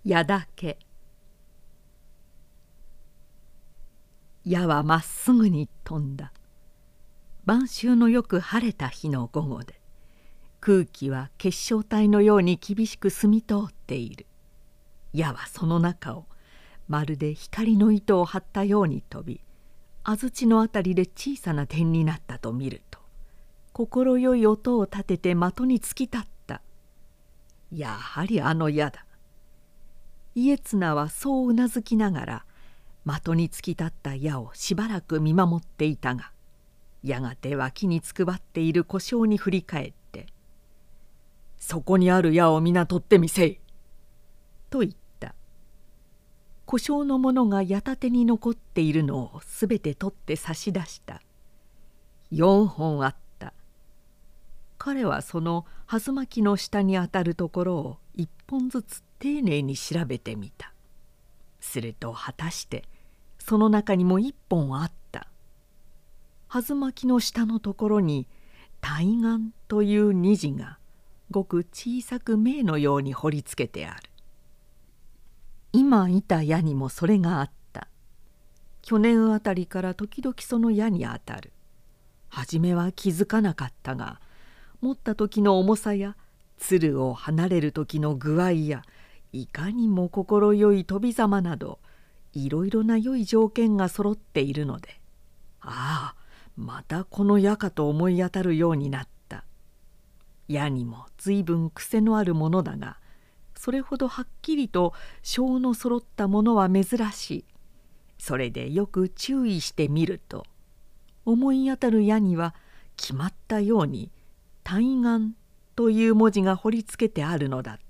矢だけ。矢はまっすぐに飛んだ。晩秋のよく晴れた日の午後で、空気は結晶体のように厳しく澄み通っている。矢はその中をまるで光の糸を張ったように飛び、安土のあたりで小さな点になったと見ると、心よい音を立てて的に突き立った。やはりあの矢だ。家綱はそううなずきながら的に突き立った矢をしばらく見守っていたが、やがて脇につくばっている小姓に振り返って「そこにある矢を皆取ってみせい」と言った。小姓の者が矢立てに残っているのをすべて取って差し出した。4本あった。彼はその弾巻の下にあたるところを1本ずつ丁寧に調べてみた。すると果たしてその中にも1本あった。弾巻の下のところに「対岸」という虹がごく小さく銘のように彫りつけてある。今いた矢にもそれがあった。去年あたりから時々その矢にあたる。初めは気づかなかったが、持った時の重さや鶴を離れる時の具合や、いかにも心よい飛びざまなど、いろいろな良い条件がそろっているので、ああまたこの矢かと思い当たるようになった。矢にも随分癖のあるものだが、それほどはっきりと性のそろったものは珍しい。それでよく注意してみると、思い当たる矢には決まったように「対岸」という文字が彫りつけてあるのだった。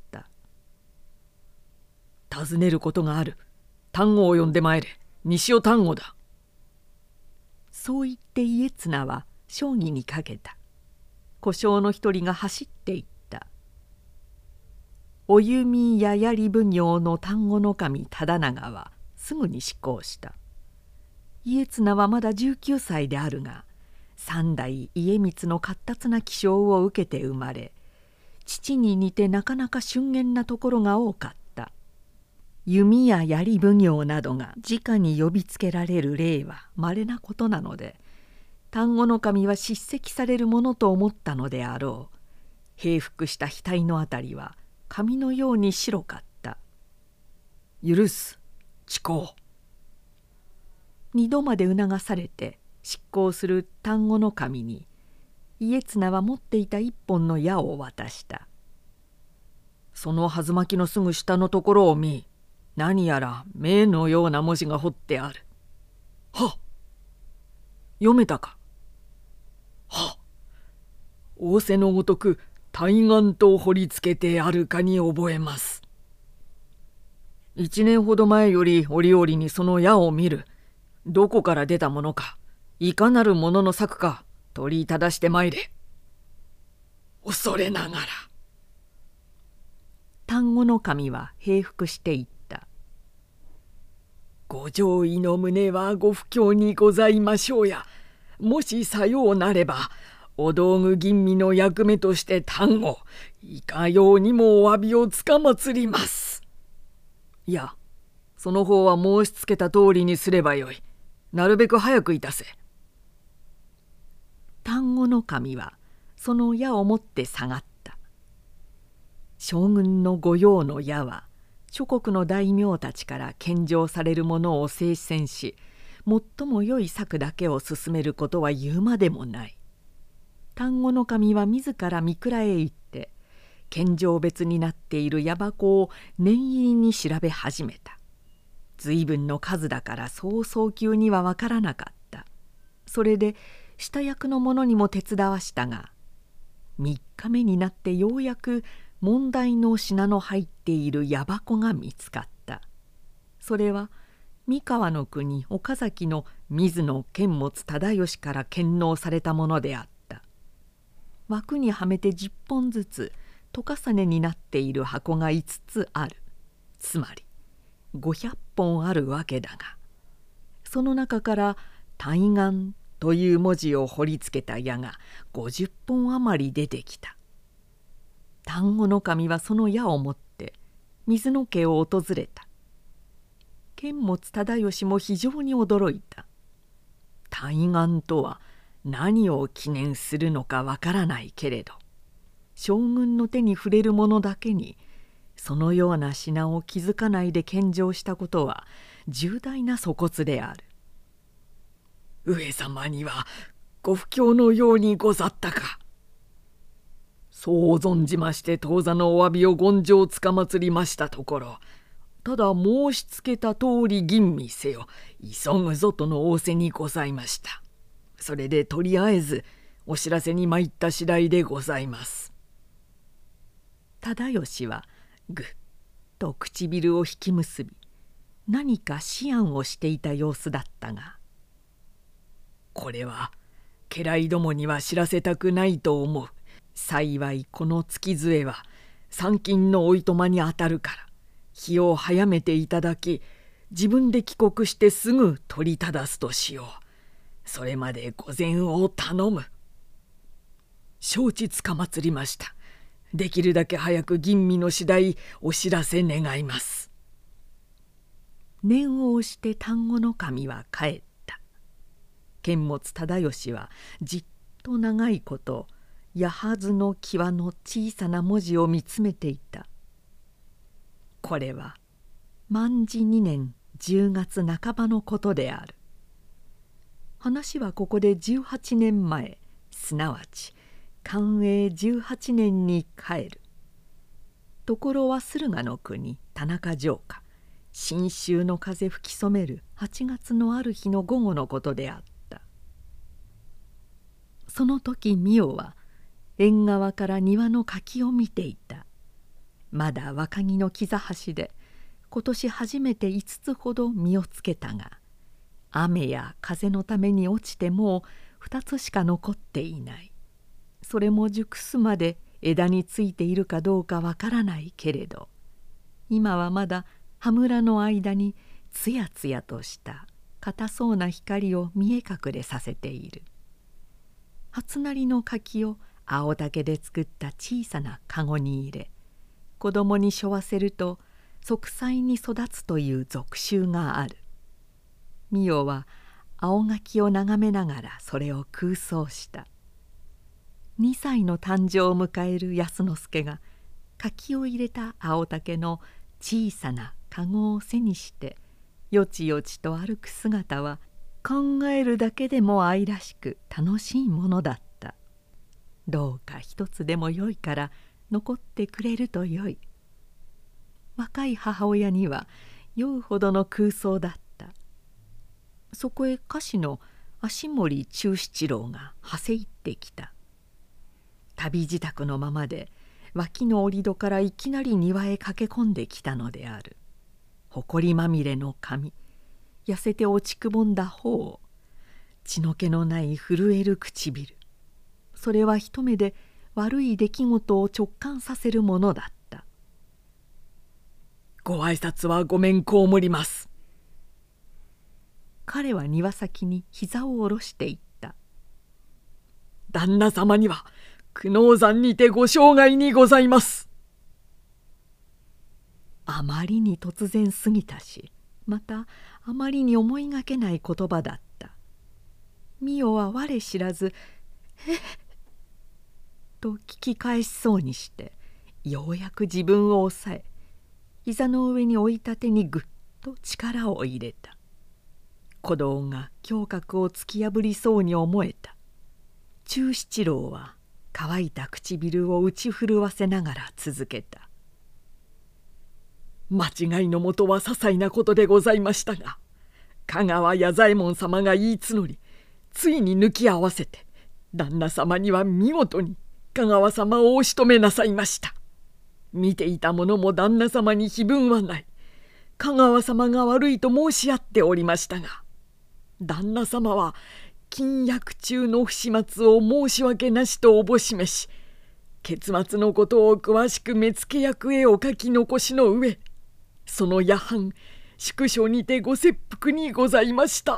尋ねることがある。丹後を呼んでまいれ。西尾丹後だ。そう言って家綱は将棋にかけた。小姓の一人が走っていった。お弓ややり奉行の丹後守忠長はすぐに施行した。家綱はまだ19歳であるが、三代家光の闊達な気性を受けて生まれ、父に似てなかなか俊厳なところが多かった。弓や槍奉行などが直に呼びつけられる例はまれなことなので、丹後守は叱責されるものと思ったのであろう。平服した額のあたりは紙のように白かった。許す、遅行。2度まで促されて執行する丹後守に、家綱は持っていた一本の矢を渡した。その弾巻のすぐ下のところを見、何やら銘のような文字が彫ってある。はっ、読めたか。はっ、仰せのごとく対岸と彫りつけてあるかに覚えます。1年ほど前より折々にその矢を見る。どこから出たものか、いかなるものの策か取り正してまいれ。恐れながら。丹後守は平服していった。ご上意の旨はご不興にございましょうや。もしさようなれば、お道具吟味の役目として丹後、いかようにもお詫びをつかまつります。いや、その方は申しつけた通りにすればよい。なるべく早くいたせ。丹後守はその矢を持って下がった。将軍の御用の矢は諸国の大名たちから献上されるものを精選し、最も良い策だけを進めることは言うまでもない。丹後守は自ら三倉へ行って献上別になっている矢箱を念入りに調べ始めた。随分の数だからそう早急には分からなかった。それで下役の者にも手伝わしたが、3日目になってようやく問題の品の入っている矢箱が見つかった。それは三河の国岡崎の水野監物忠義から献納されたものであった。枠にはめて10本ずつ床重ねになっている箱が5つある。つまり500本あるわけだが、その中から「対岸」という文字を彫りつけた矢が50本余り出てきた。丹後守はその矢を持って水野家を訪れた。剣持忠義も非常に驚いた。大願とは何を記念するのかわからないけれど、将軍の手に触れる者だけにそのような品を気づかないで献上したことは重大な粗忽である。 上様にはご不興のようにござったか。そう存じまして当座のお詫びを言上つかまつりましたところ、ただ申しつけた通り吟味せよ、急ぐぞとの仰せにございました。それでとりあえずお知らせに参った次第でございます。 忠義はぐっと唇を引き結び、何か思案をしていた様子だったが、 これは家来どもには知らせたくないと思う。幸いこの月末は参勤のおいとまにあたるから日を早めていただき、自分で帰国してすぐ取り正すとしよう。それまで御前を頼む。承知つかまつりました。できるだけ早く吟味の次第お知らせ願います。 念を押して丹後守は帰った。剣持忠義はじっと長いこと矢筈の際の小さな文字を見つめていた。これは万治2年10月半ばのことである。話はここで18年前、すなわち寛永18年に帰る。ところは駿河の国田中城下、新秋の風吹き染める8月のある日の午後のことであった。その時美代は縁側から庭の柿を見ていた。まだ若木の木座端で今年初めて5つほど実をつけたが、雨や風のために落ちてもう2つしか残っていない。それも熟すまで枝についているかどうかわからないけれど、今はまだ葉村の間につやつやとした硬そうな光を見え隠れさせている。初なりの柿を青竹で作った小さな籠に入れ、子供に背負わせると息災に育つという俗習がある。美代は青柿を眺めながらそれを空想した。2歳の誕生を迎える安之助が柿を入れた青竹の小さな籠を背にしてよちよちと歩く姿は考えるだけでも愛らしく楽しいものだった。どうか一つでもよいから残ってくれるとよい。若い母親には酔うほどの空想だった。そこへ歌手の足森忠七郎がはせ入ってきた。旅支度のままで脇の折戸からいきなり庭へ駆け込んできたのである。ほこりまみれの髪、痩せて落ちくぼんだ頬、血の気のない震える唇、それは一目で悪い出来事を直感させるものだった。 ご挨拶はごめんこむります。 彼は庭先に膝を下ろしていった。 旦那様には久能山にてご生涯にございます。 あまりに突然すぎたし、またあまりに思いがけない言葉だった。美代は我知らず「えっ」と聞き返しそうにして、ようやく自分を抑え、膝の上に置いた手にぐっと力を入れた。鼓動が胸郭を突き破りそうに思えた。忠七郎は乾いた唇を打ち震わせながら続けた。 間違いのもとは些細なことでございましたが、香川弥左衛門様が言い募り、ついに抜き合わせて旦那様には見事に香川様をおしとめなさいました。見ていた者も旦那様に非分はない、香川様が悪いと申し合っておりましたが、旦那様は禁薬中の不始末を申し訳なしとおぼしめし、結末のことを詳しく目付役へお書き残しの上、その夜半宿所にてご切腹にございました。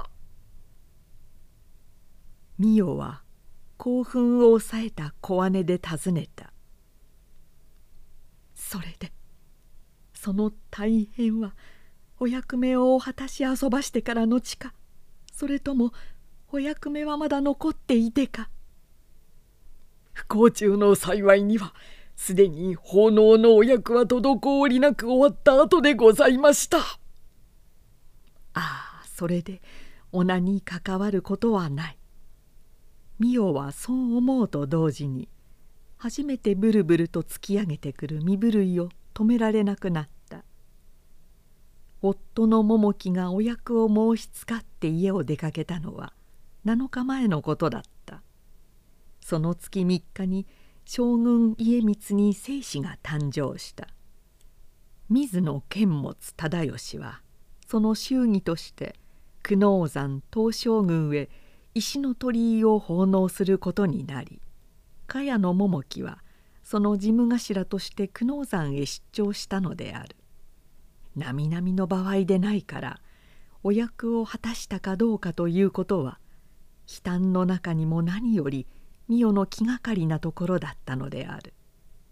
美代は興奮を抑えた小姉で尋ねた。 その大変はお役目をお果たし遊ばしてからのちか、それともお役目はまだ残っていてか。不幸中の幸いにはすでに奉納のお役は滞りなく終わった後でございました。ああ、それでお名に関わることはない。美代はそう思うと同時に、初めてブルブルと突き上げてくる身震いを止められなくなった。夫の桃木がお役を申しつかって家を出かけたのは7日前のことだった。その月3日に将軍家光に正子が誕生した。水野監物忠義はその祝儀として久能山東照宮へ石の鳥居を奉納することになり、茅野桃木はその事務頭として久能山へ出張したのである。並々の場合でないからお役を果たしたかどうかということは悲嘆の中にも何より美代の気がかりなところだったのである。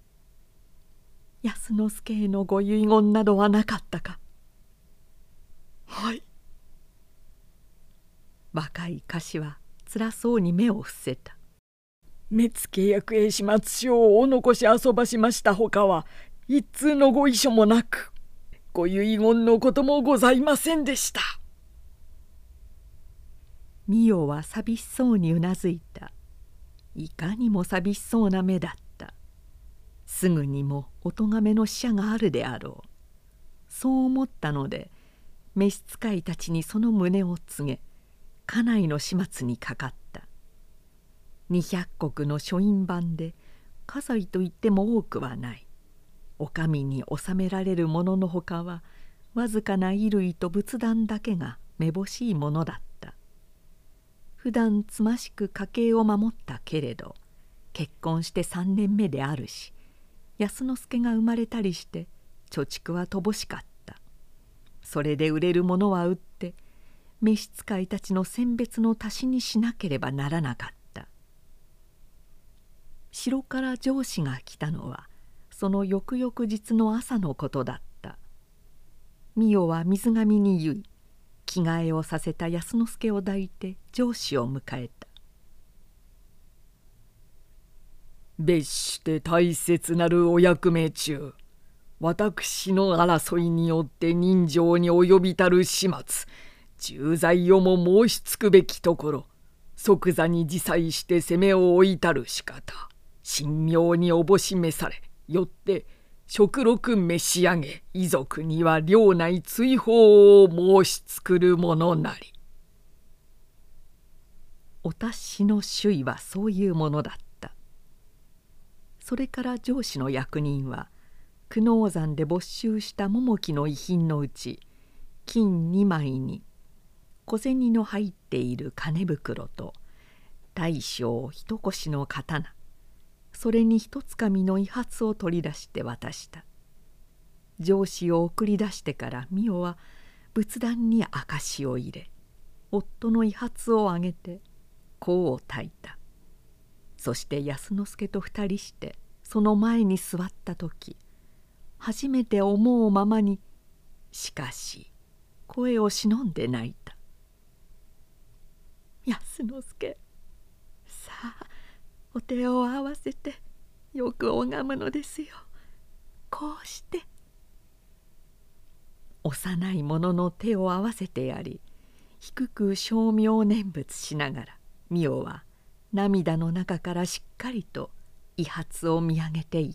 安之助へのご遺言などはなかったか。はい。若い歌手はつらそうに目を伏せた。目付役へ始末書をお残し遊ばしましたほかは一通のご遺書もなく、ご遺言のこともございませんでした。美代は寂しそうにうなずいた。いかにも寂しそうな目だった。すぐにもお咎めの使者があるであろう。そう思ったので召使いたちにその旨を告げ、家内の始末にかかった。200石の書院番で家財といっても多くはない。お上に納められるもののほかはわずかな衣類と仏壇だけがめぼしいものだった。普段つましく家計を守ったけれど、結婚して3年目であるし、安之助が生まれたりして貯蓄は乏しかった。それで売れるものは売って召使いたちの選別の足しにしなければならなかった。城から上司が来たのはその翌々日の朝のことだった。美代は水上に結い、着替えをさせた安之助を抱いて上司を迎えた。別して大切なるお役目中、私の争いによって人情に及びたる始末、重罪をも申しつくべきところ、即座に自裁して責めを置いたる仕方、神妙におぼしめされ、よって食禄召し上げ、遺族には領内追放を申しつくるものなり。お達しの首位はそういうものだった。それから上司の役人は久能山で没収した桃木の遺品のうち金2枚に小銭の入っている金袋と大小一腰の刀、それに一つかみの遺髪を取り出して渡した。上司を送り出してから美代は仏壇に証を入れ、夫の遺髪をあげて香を焚いた。そして安之助と2人してその前に座った時、初めて思うままにしかし声を忍んで泣いた。安之助、さあお手を合わせてよく拝むのですよ。こうして幼い者の手を合わせてやり、低く称名念仏しながら美代は涙の中からしっかりと遺髪を見上げていった。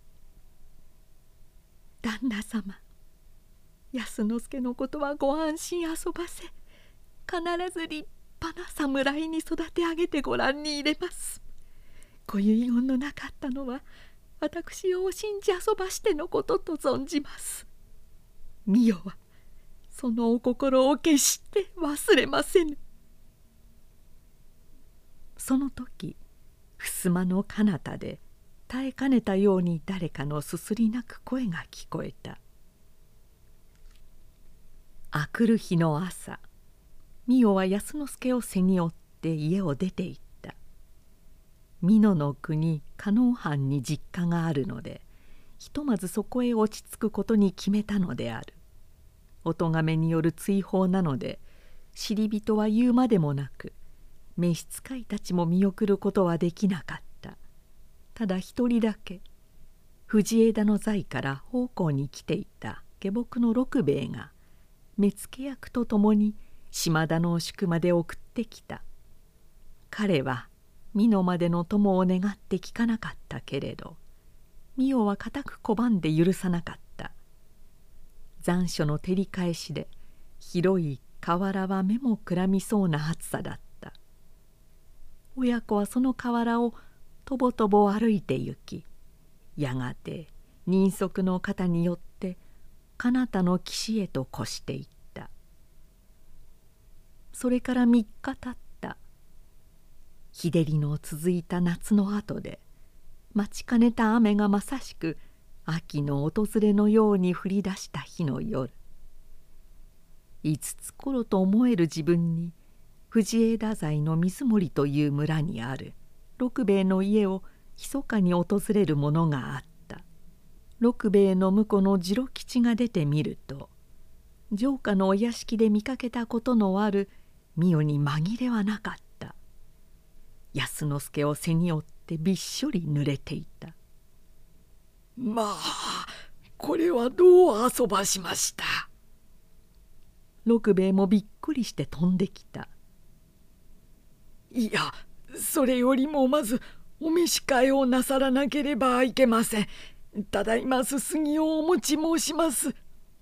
旦那様、安之助のことはご安心あそばせ、必ず立派な侍に育て上げてご覧に入れます。ご遺言のなかったのは私を信じあそばしてのことと存じます。美代はそのお心を決して忘れませぬ。その時襖の彼方で耐えかねたように誰かのすすり泣く声が聞こえた。あくる日の朝、美代は安之助を背に追って家を出て行った。美濃の国加納藩に実家があるので、 ひとまずそこへ落ち着くことに決めたのである。お咎めによる追放なので知り人は言うまでもなく、召使いたちも見送ることはできなかった。ただ一人だけ藤枝の在から奉公に来ていた下僕の六兵衛が目付役と共に島田の宿まで送ってきた。彼は美濃までの友を願って聞かなかったけれど、美代は固く拒んで許さなかった。残暑の照り返しで広い河原は目もくらみそうな暑さだった。親子はその河原をとぼとぼ歩いて行き、やがて人足の肩によって彼方の岸へと越していった。それから3日経った。日照りの続いた夏の後で待ちかねた雨がまさしく秋の訪れのように降り出した日の夜、いつつ頃と思える自分に藤枝在の水森という村にある六兵衛の家を密かに訪れるものがあった。六兵衛の婿の次郎吉が出てみると、城下のお屋敷で見かけたことのある美代に紛れはなかった。安之助を背に負ってびっしょり濡れていた。 まあ、これはどう遊ばしました。 六兵衛もびっくりして飛んできた。 いや、それよりもまずお召し替えをなさらなければいけません。ただいますすぎをお持ち申します。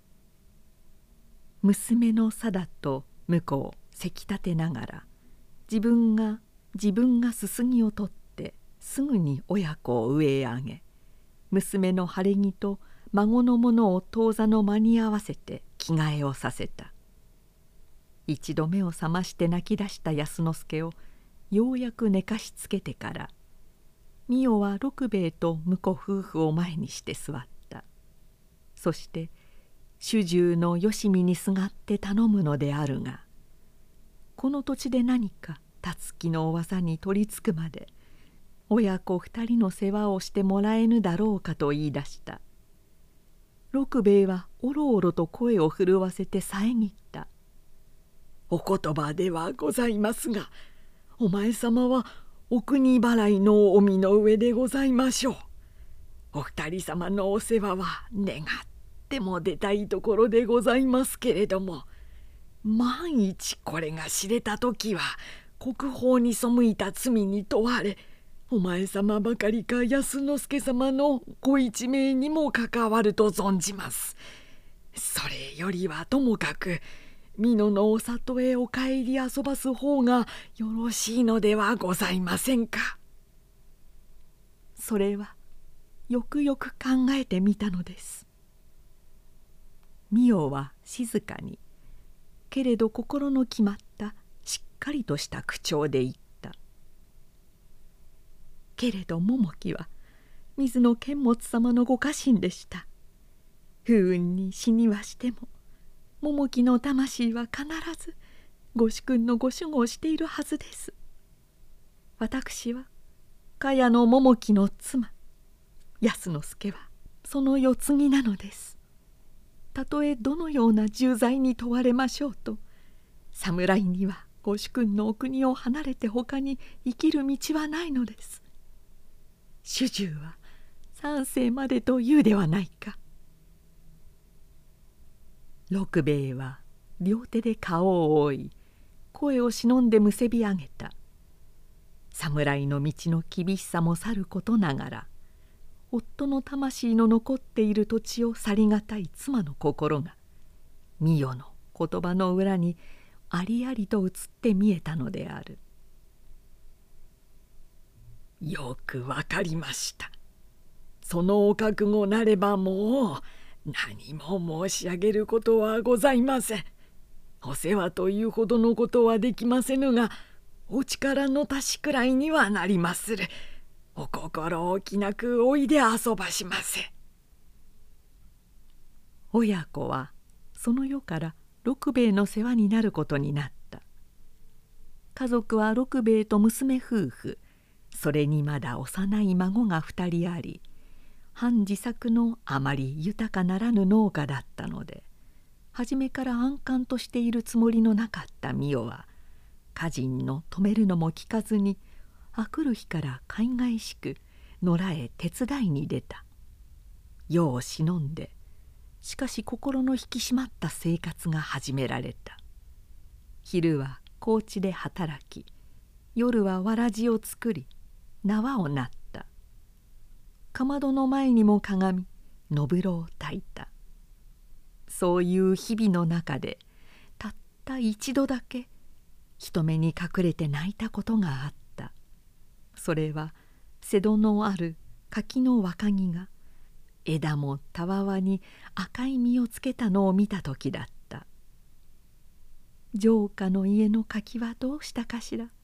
娘の貞と婿をせき立てながら、自分がすすぎを取ってすぐに親子を上へ上げ、娘の晴れ着と孫のものを当座の間に合わせて着替えをさせた。一度目を覚まして泣き出した安之助をようやく寝かしつけてから、美代は六兵衛と婿夫婦を前にして座った。そして主従の吉見にすがって頼むのであるが、この土地で何かたつきの技に取りつくまで親子2人の世話をしてもらえぬだろうかと言い出した。六兵衛はおろおろと声を震わせて遮った。 お言葉ではございますが、お前様はお国払いのお身の上でございましょう。お二人様のお世話は願っても出たいところでございますけれども、万一これが知れた時は国宝に背いた罪に問われ、お前様ばかりか安之助様のご一命にも関わると存じます。それよりはともかく美濃のお里へお帰り遊ばす方がよろしいのではございませんか。 それはよくよく考えてみたのです。美代は静かにけれど心の決まったしっかりとした口調で言った。けれど桃木は水野監物様のご家臣でした。不運に死にはしても桃木の魂は必ずご主君のご守護をしているはずです。私は茅野桃木の妻、安之助はその世継ぎなのです。たとえどのような重罪に問われましょうと、侍にはご主君のお国を離れて他に生きる道はないのです。主従は三世までというではないか。六兵衛は両手で顔を覆い、声を忍んでむせび上げた。侍の道の厳しさもさることながら、夫の魂の残っている土地を去りがたい妻の心が美代の言葉の裏にありありと映って見えたのである。 よくわかりました。そのお覚悟なればもう何も申し上げることはございません。お世話というほどのことはできませぬが、お力の足しくらいにはなりまする。お心置きなくおいで遊ばしませ。 親子はその夜から六兵衛の世話になることになった。家族は六兵衛と娘夫婦、それにまだ幼い孫が2人あり、 半自作のあまり豊かならぬ農家だったので、初めから安閑としているつもりのなかった美代は、家人の止めるのも聞かずに、あくる日からかいがいしく野良へ手伝いに出た。世を忍んで、しかし心の引き締まった生活が始められた。昼は高地で働き、夜はわらじを作り、縄をなった。かまどの前にもかがみ、のぶろを炊いた。そういう日々の中で、たった一度だけ人目に隠れて泣いたことがあった。それは瀬戸のある柿の若木が枝もたわわに赤い実をつけたのを見た時だった。城下の家の柿はどうしたかしら。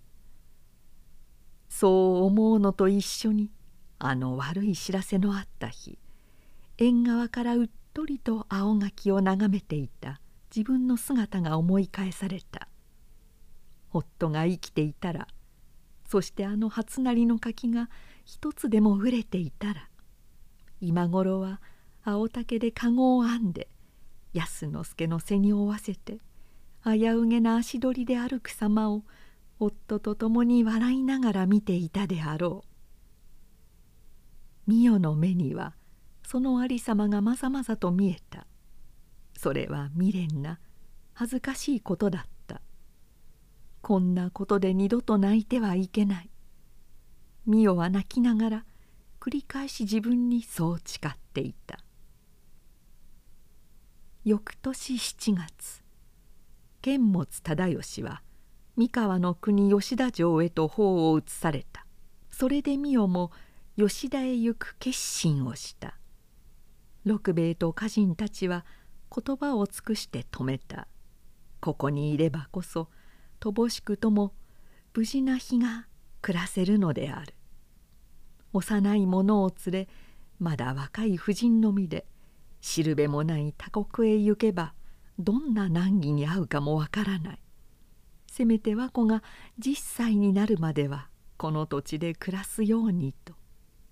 そう思うのと一緒に、あの悪い知らせのあった日、縁側からうっとりと青柿を眺めていた自分の姿が思い返された。夫が生きていたら、そしてあの初なりの柿が一つでも熟れていたら、今頃は青竹で籠を編んで安之助の背に負わせて危うげな足取りで歩く様を夫と共に笑いながら見ていたであろう。美代の目にはそのありさまがまざまざと見えた。それは未練な恥ずかしいことだった。こんなことで二度と泣いてはいけない。美代は泣きながら繰り返し自分にそう誓っていた。翌年7月、監物忠義は三河の国吉田城へと砲を移された。それで美代も吉田へ行く決心をした。六兵衛と家人たちは言葉を尽くして止めた。ここにいればこそ乏しくとも無事な日が暮らせるのである。幼い者を連れ、まだ若い婦人の身でしるべもない他国へ行けばどんな難儀に遭うかもわからない。せめて和子が10歳になるまではこの土地で暮らすようにと。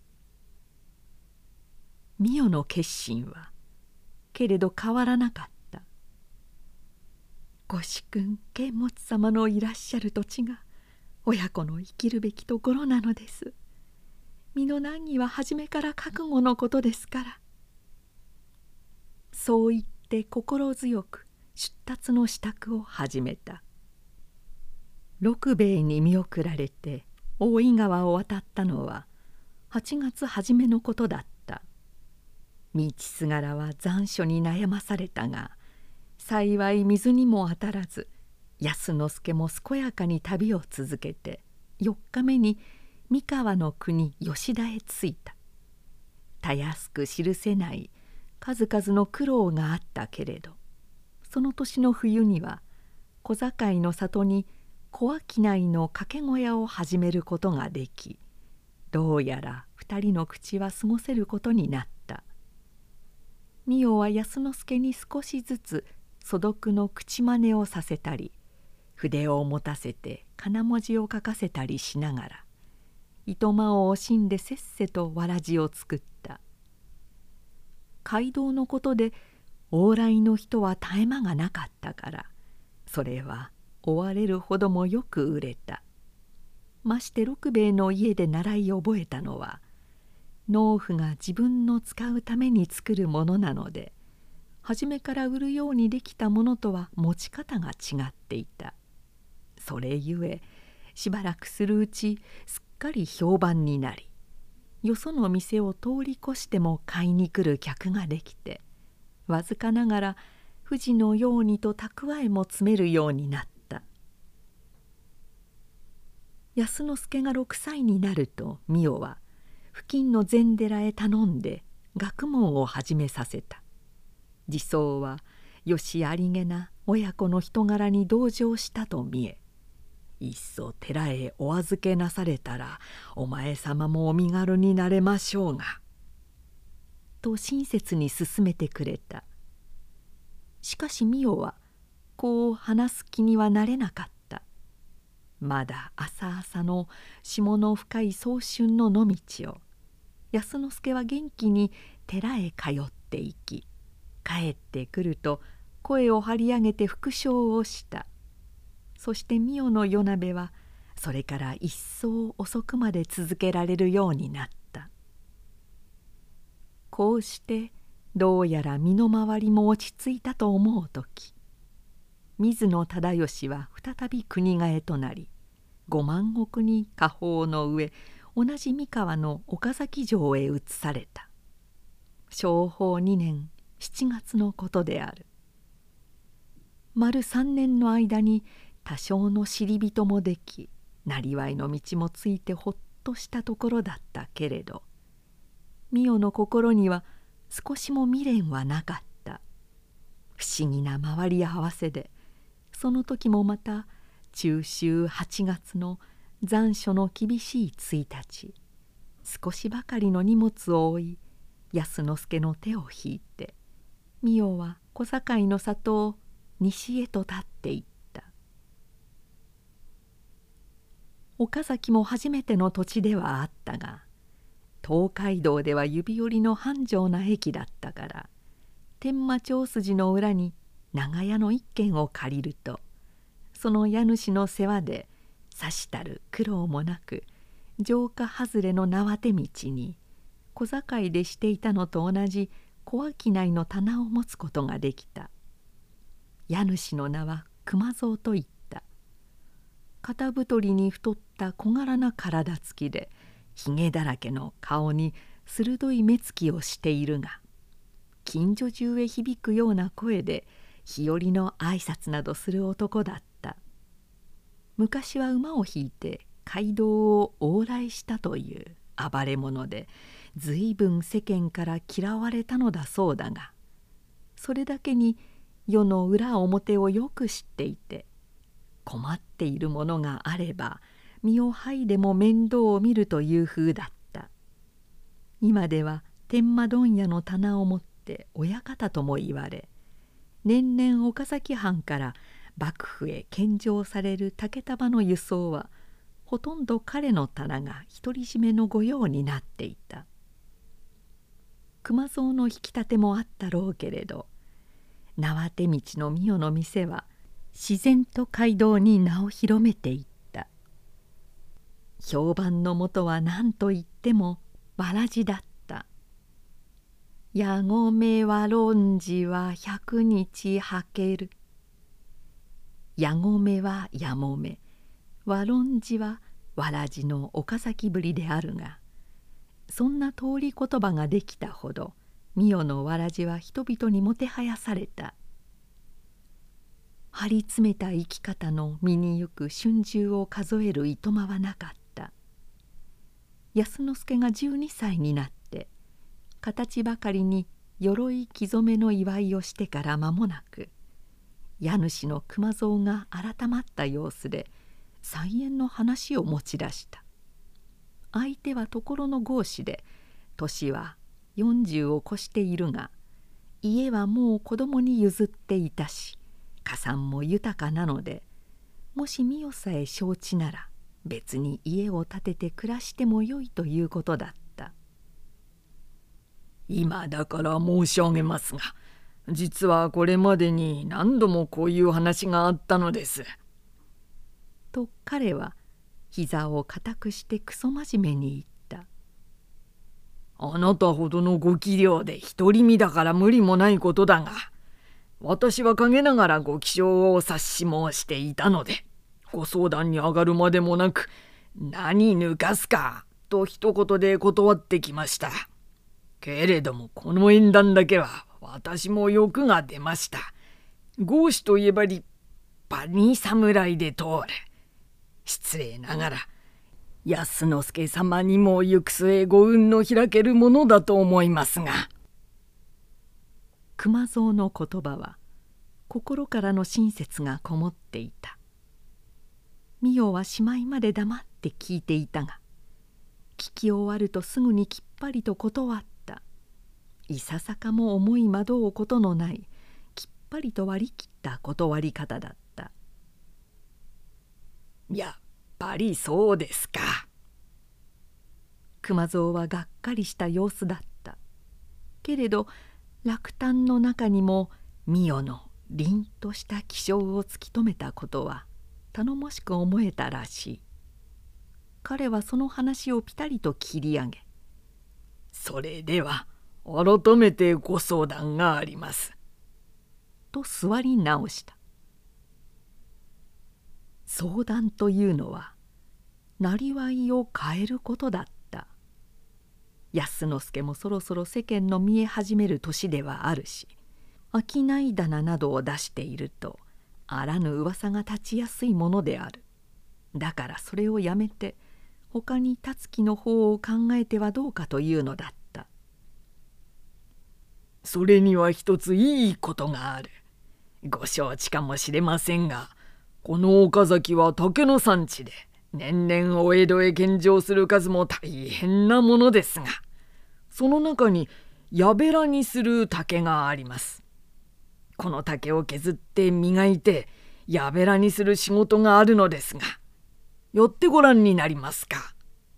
美代の決心はけれど変わらなかった。ご主君監物様のいらっしゃる土地が親子の生きるべきところなのです。身の難儀は初めから覚悟のことですから。そう言って心強く出立の支度を始めた。六兵衛に見送られて大井川を渡ったのは8月初めのことだった。道すがらは残暑に悩まされたが、幸い水にも当たらず、安之助も健やかに旅を続けて4日目に三河の国吉田へ着いた。たやすく記せない数々の苦労があったけれど、その年の冬には小堺の里に小商いの掛け小屋を始めることができ、どうやら2人の口は過ごせることになった。美代は安之助に少しずつ素読の口真似をさせたり、筆を持たせて金文字を書かせたりしながら、糸間を惜しんでせっせとわらじを作った。街道のことで往来の人は絶え間がなかったから、それは追われるほどもよく売れた。まして六兵衛の家で習い覚えたのは、農夫が自分の使うために作るものなので、初めから売るようにできたものとは持ち方が違っていた。それゆえしばらくするうちすっかり評判になり、よその店を通り越しても買いに来る客ができて、わずかながら富士のようにと蓄えも詰めるようになった。安之助が6歳になると美代は付近の禅寺へ頼んで学問を始めさせた。自走はよしありげな親子の人柄に同情したと見え、いっそ寺へお預けなされたらお前様もお身軽になれましょうが」と親切に勧めてくれた。しかし美代はこう話す気にはなれなかった。まだ浅々の霜の深い早春の野道を安之助は元気に寺へ通っていき、帰ってくると声を張り上げて復唱をした。そして美代の夜鍋はそれから一層遅くまで続けられるようになった。こうしてどうやら身の回りも落ち着いたと思う時、水野忠義は再び国替えとなり、5万石に家宝の上、同じ三河の岡崎城へ移された。正保2年7月のことである。丸3年の間に多少の知り人もでき、なりわいの道もついてほっとしたところだったけれど、美代の心には少しも未練はなかった。不思議な回り合わせで、その時もまた中秋8月の残暑の厳しい1日、少しばかりの荷物を負い、安之助の手を引いて、美代は小堺の里を西へと立っていった。岡崎も初めての土地ではあったが、東海道では指折りの繁盛な駅だったから、天満町筋の裏に長屋の一軒を借りると、その家主の世話でさしたる苦労もなく、城下外れの縄手道に小堺でしていたのと同じ小商いの棚を持つことができた。家主の名は熊蔵といった。肩太りに太った小柄な体つきで、ひげだらけの顔に鋭い目つきをしているが、近所中へ響くような声で日和の挨拶などする男だった。昔は馬を引いて街道を往来したという暴れ者で、随分世間から嫌われたのだそうだが、それだけに世の裏表をよく知っていて、困っているものがあれば身を剥いでも面倒を見るという風だった。今では天満問屋の棚を持って親方とも言われ、年々岡崎藩から幕府へ献上される竹束の輸送は、ほとんど彼の棚が独り占めの御用になっていた。熊蔵の引き立てもあったろうけれど、縄手道の美代の店は自然と街道に名を広めていった。評判のもとは何といってもわらじだった。やごめわろんじは100日履ける。やごめはやもめ、わろんじはわらじの岡崎ぶりであるが、そんな通り言葉ができたほど美代のわらじは人々にもてはやされた。張り詰めた生き方の身にゆく春秋を数えるいとまはなかった。安之助が12歳になって形ばかりに鎧着初めの祝いをしてから間もなく、家主の熊蔵が改まった様子で菜園の話を持ち出した。相手はところの豪士で、年は40を越しているが、家はもう子供に譲っていたし、家産も豊かなので、もし美代さえ承知なら別に家を建てて暮らしてもよいということだった。 今だから申し上げますが、実はこれまでに何度もこういう話があったのです。 と彼は膝を固くしてクソ真面目に言った。 あなたほどのご器量で独り身だから無理もないことだが、私は陰ながらご気性をお察し申していたので、ご相談に上がるまでもなく、何抜かすかと一言で断ってきました。けれどもこの縁談だけは私も欲が出ました。豪士といえば立派に侍で通る。失礼ながら安之助様にも行く末ご運の開けるものだと思いますが。 熊蔵の言葉は心からの親切がこもっていた。美代はしまいまで黙って聞いていたが、聞き終わるとすぐにきっぱりと断った。いささかも思い惑うことのないきっぱりと割り切った断り方だった。 やっぱりそうですか。 熊蔵はがっかりした様子だった。けれど落胆の中にも美代の凛とした気性を突き止めたことは頼もしく思えたらしい。彼はその話をぴたりと切り上げ、 それでは改めてご相談があります。 と座り直した。相談というのはなりわいを変えることだった。安之助もそろそろ世間の見え始める年ではあるし、商い棚などを出しているとあらぬ噂が立ちやすいものである。だからそれをやめて他に立つ木の方を考えてはどうかというのだった。 それには一ついいことがある。ご承知かもしれませんが、この岡崎は竹の産地で年々お江戸へ献上する数も大変なものですが、その中にやべらにする竹があります。この竹を削って磨いてやべらにする仕事があるのですが、寄ってご覧になりますか。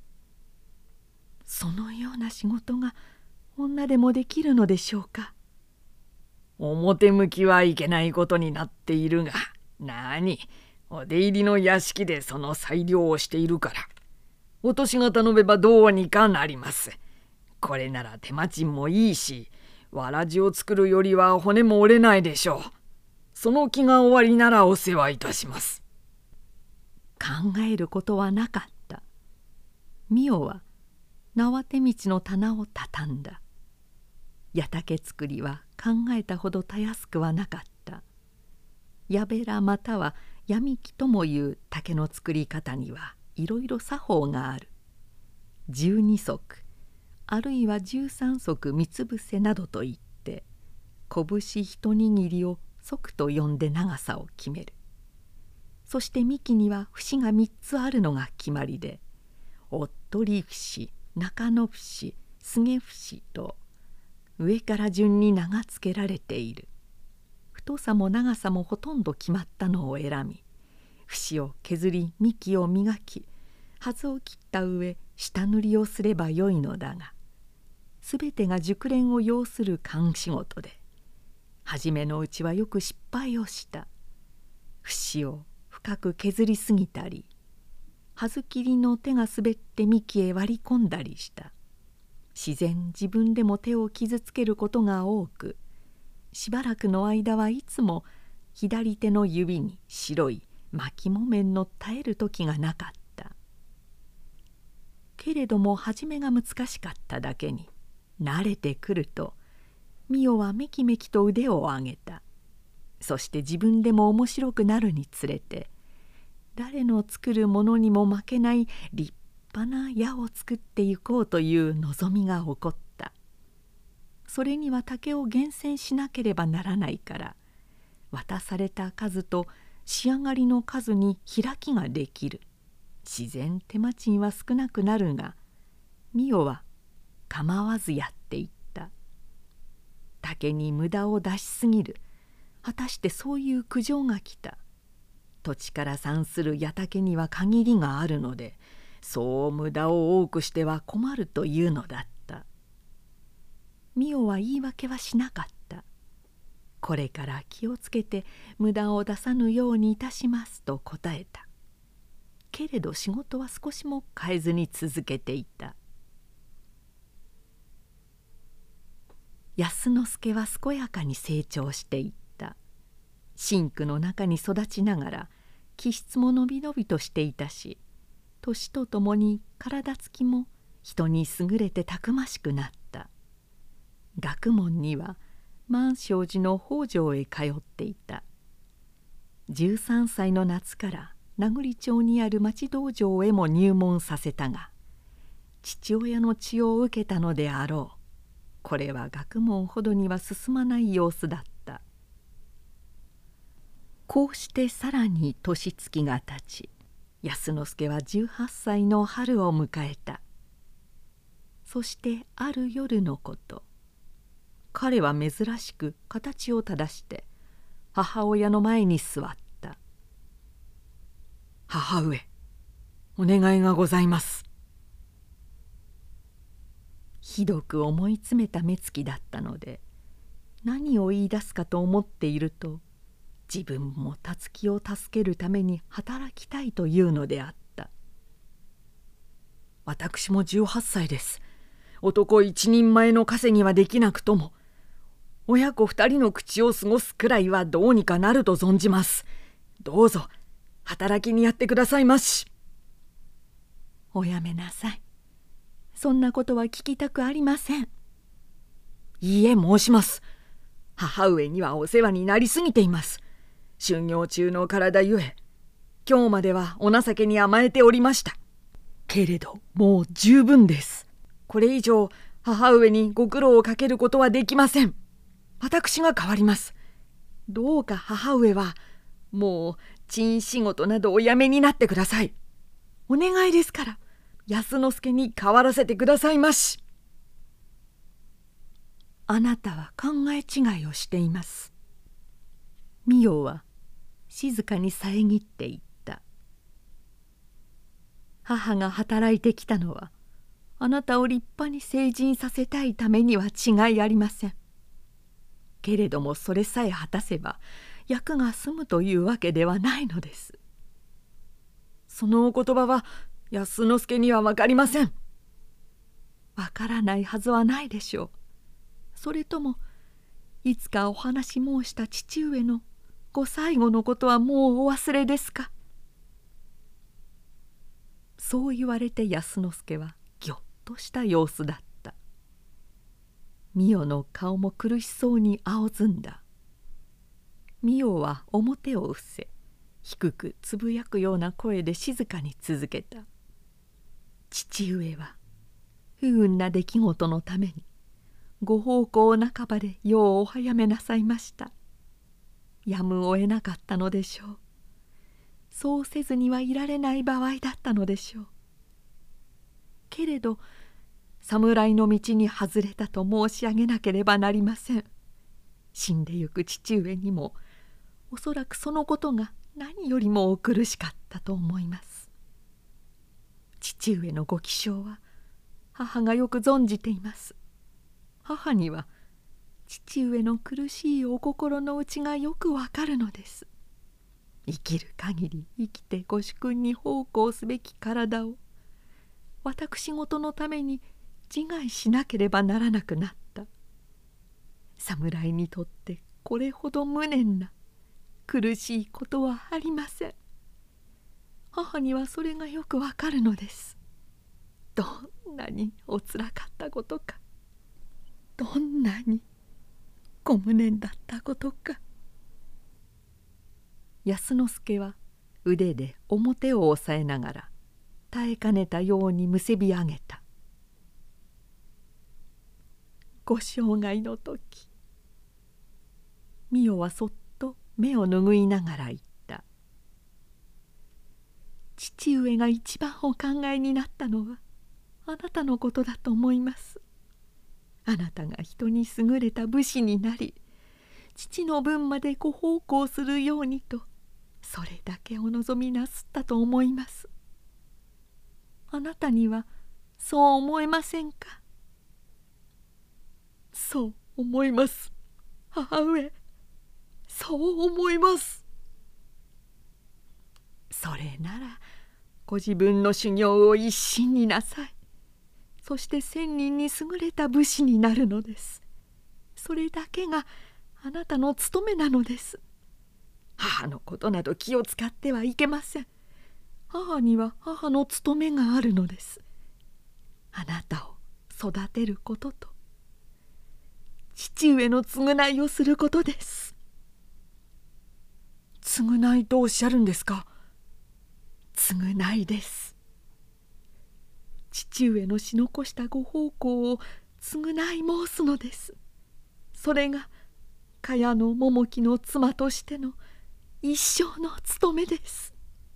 そのような仕事が女でもできるのでしょうか。 表向きはいけないことになっているが、お出入りの屋敷でその裁量をしているから、お年が頼めばどうにかなります。これなら手間賃もいいし、わらじを作るよりは骨も折れないでしょう。その気が終わりならお世話いたします。 考えることはなかった。美代は縄手道の棚を畳んだ。矢竹作りは考えたほどたやすくはなかった。やべらまたは闇木ともいう竹の作り方にはいろいろ作法がある。12足あるいは13足三つ伏せなどといって拳一握りを足と呼んで長さを決める。そして幹には節が3つあるのが決まりで、おっとり節、中野節、すげ節と上から順に名が付けられている。太さも長さもほとんど決まったのを選び、節を削り幹を磨き、はずを切った上下塗りをすればよいのだが、すべてが熟練を要する勘仕事で、初めのうちはよく失敗をした。節を深く削りすぎたり、はず切りの手が滑って幹へ割り込んだりした。自然自分でも手を傷つけることが多く、しばらくの間はいつも左手の指に白い巻木面の絶える時がなかった。けれども初めが難しかっただけに、慣れてくると美代はめきめきと腕を上げた。そして自分でも面白くなるにつれて、誰の作るものにも負けない立派な矢を作っていこうという望みが起こった。それには竹を厳選しなければならないから、渡された数と仕上がりの数に開きができる。自然手間賃は少なくなるが、美代は構わずやっていった。竹に無駄を出しすぎる、果たしてそういう苦情が来た。土地から産する矢竹には限りがあるので、そう無駄を多くしては困るというのだった。美代は言い訳はしなかった。これから気をつけて無駄を出さぬようにいたしますと答えた。けれど仕事は少しも変えずに続けていた。安之助は健やかに成長していった。真紅の中に育ちながら気質ものびのびとしていたし、年とともに体つきも人に優れてたくましくなった。学問には満昌寺の北条へ通っていた。13歳の夏から名栗町にある町道場へも入門させたが、父親の血を受けたのであろう。これは学問ほどには進まない様子だった。こうしてさらに年月が経ち、安之助は18歳の春を迎えた。そしてある夜のこと、彼は珍しく形を正して母親の前に座った。 母上、お願いがございます。 ひどく思い詰めた目つきだったので、何を言い出すかと思っていると、自分もたつきを助けるために働きたいというのであった。 私も18歳です。男一人前の稼ぎはできなくとも、親子2人の口を過ごすくらいはどうにかなると存じます。どうぞ働きにやってくださいまし。 おやめなさい。そんなことは聞きたくありません。 いいえ、申します。母上にはお世話になりすぎています。修行中の体ゆえ、今日まではお情けに甘えておりました。けれどもう十分です。これ以上母上にご苦労をかけることはできません。私が代わります。どうか母上はもう珍仕事などおやめになってください。お願いですから安之助に代わらせてくださいまし。 あなたは考え違いをしています。美代は静かに遮っていった。母が働いてきたのはあなたを立派に成人させたいためには違いありません。けれどもそれさえ果たせば役が済むというわけではないのです。 そのお言葉は安之助には分かりません。 わからないはずはないでしょう。それともいつかお話し申した父上のご最後のことはもうお忘れですか。そう言われて安之助はぎょっとした様子だった。美代の顔も苦しそうに青ずんだ。美代は表を伏せ低くつぶやくような声で静かに続けた。父上は不運な出来事のためにご奉公半ばで世をお早めなさいました。やむを得なかったのでしょう。そうせずにはいられない場合だったのでしょう。けれど侍の道に外れたと申し上げなければなりません。死んでゆく父上にもおそらくそのことが何よりもお苦しかったと思います。父上のご気性は母がよく存じています。母には父上の苦しいお心の内がよくわかるのです。生きる限り生きてご主君に奉公すべき体を私事のために自害しなければならなくなった。侍にとってこれほど無念な苦しいことはありません。母にはそれがよくわかるのです。どんなにおつらかったことか、どんなにご無念だったことか。安之助は腕で表を押さえながら耐えかねたようにむせび上げた。ご生涯の時、美代はそっと目を拭いながら言った。父上が一番お考えになったのはあなたのことだと思います。あなたが人に優れた武士になり、父の分までご奉公するようにとそれだけお望みなすったと思います。あなたにはそう思えませんか。 そう思います、母上。そう思います。 それならご自分の修行を一心になさい。そして千人に優れた武士になるのです。それだけがあなたの務めなのです。 母のことなど気を使ってはいけません。 母には母の務めがあるのです。あなたを育てることと父上の償いをすることです。 償いとおっしゃるんですか。 償いです。父上のし残したご奉公を償い申すのです。それが茅野桃木の妻としての一生の務めです。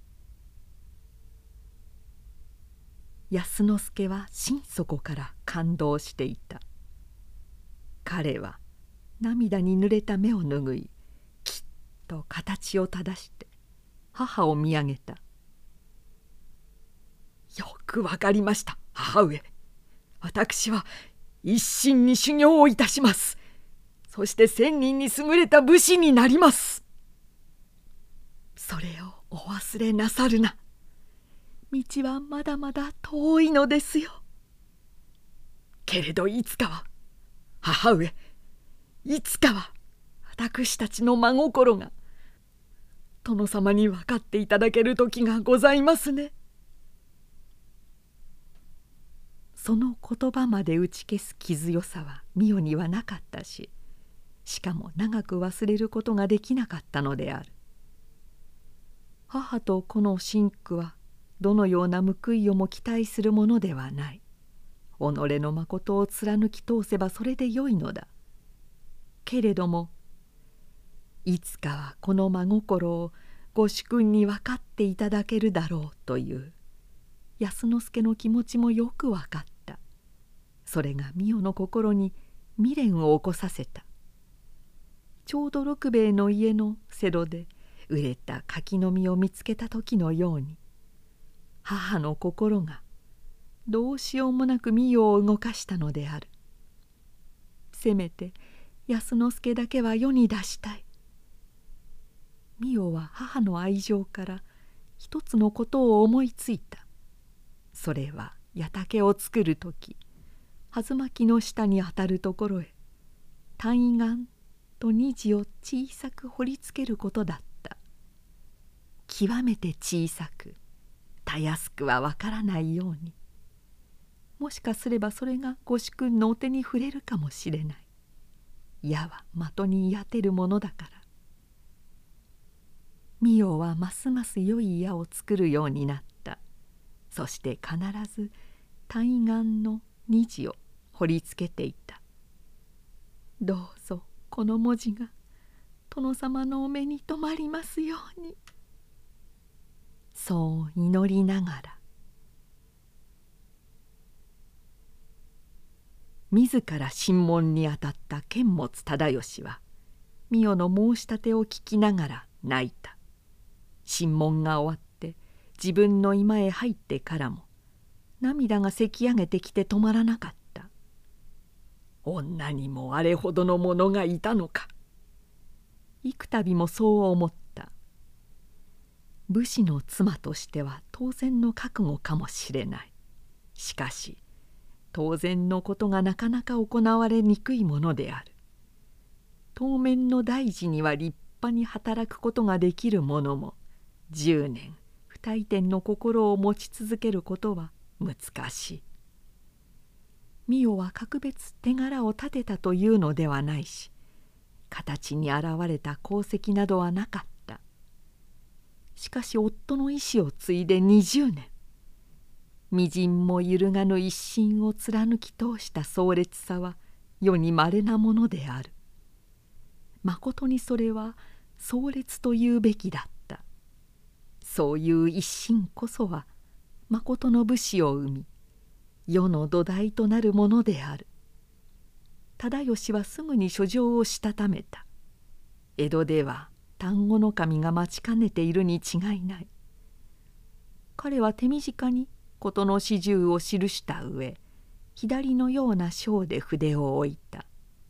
安之助は心底から感動していた。彼は涙に濡れた目を拭い、きっと形を正して母を見上げた。 よくわかりました、母上。私は一心に修行をいたします。そして千人に優れた武士になります。それをお忘れなさるな。道はまだまだ遠いのですよ。けれどいつかは母上、いつかは私たちの真心が殿様に分かっていただける時がございますね。 その言葉まで打ち消す気強さは美代にはなかったし、しかも長く忘れることができなかったのである。母とこの神父はどのような報いをも期待するものではない。己の誠を貫き通せばそれでよいのだ。けれどもいつかはこの真心をご主君に分かっていただけるだろうという安之助の気持ちもよく分かった。それが美代の心に未練を起こさせた。ちょうど六兵衛の家の瀬戸で熟れた柿の実を見つけた時のように、母の心がどうしようもなく美代を動かしたのである。せめて安之助だけは世に出したい。美代は母の愛情から一つのことを思いついた。それは矢竹を作る時、弾巻の下にあたるところへ対岸と虹を小さく彫りつけることだった。極めて小さく、たやすくはわからないように。もしかすればそれがご主君のお手に触れるかもしれない。矢は的に当てるものだから。美代はますます良い矢を作るようになった。そして必ず対岸の虹を彫りつけていた。どうぞこの文字が殿様のお目に留まりますように。そう祈りながら、自ら審問にあたった監物忠義は美代の申し立てを聞きながら泣いた。審問が終わって自分の居間へ入ってからも涙がせき上げてきて止まらなかった。 女にもあれほどの者がいたのか。 幾度もそう思った。武士の妻としては当然の覚悟かもしれない。しかし当然のことがなかなか行われにくいものである。当面の大事には立派に働くことができる者も10年不退転の心を持ち続けることは難しい。美代は格別手柄を立てたというのではないし、形に現れた功績などはなかった。しかし夫の意志を継いで20年、みじんも揺るがぬ一心を貫き通した壮烈さは世にまれなものである。まことにそれは壮烈というべきだった。そういう一心こそはまことの武士を生み、世の土台となるものである。忠義はすぐに書状をしたためた。江戸では丹後守が待ちかねているに違いない。彼は手短に事の始終を記した上、左のような章で筆を置いた。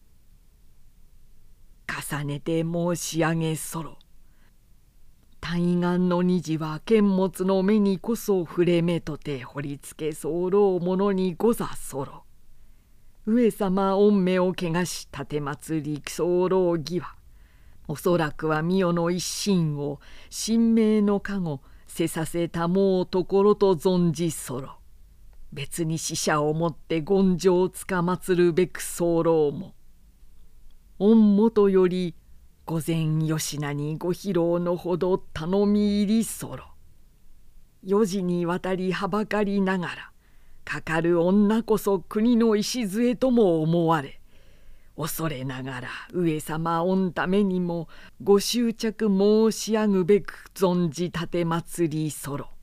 重ねて申し上げそろ。対岸の虹は剣物の目にこそ触れ目とて彫りつけ候ものにござそろ。上様御目を汚し奉り候義は、おそらくは美代の一心を神明の加護せさせたもうところと存じそろ。別に死者をもって権上をつかまつるべく候も。御元より御前吉名にご披露のほど頼み入りそろ。4時にわたりはばかりながらかかる女こそ国の礎とも思われ、恐れながら上様御ためにもご執着申し上ぐべく存じ奉りそろ。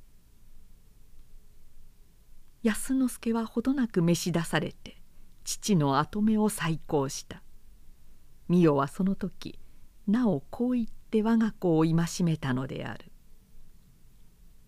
安之助はほどなく召し出されて父の跡目を再興した。美代はその時なおこう言って我が子を戒めたのである。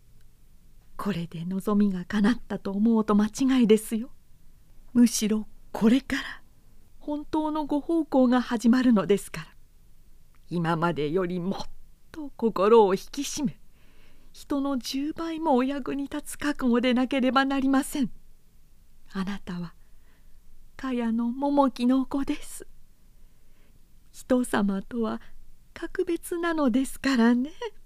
これで望みが叶ったと思うと間違いですよ。むしろこれから本当のご奉公が始まるのですから、今までよりもっと心を引き締め、人の10倍もお役に立つ覚悟でなければなりません。あなたは茅の桃木の子です。人様とは格別なのですからね。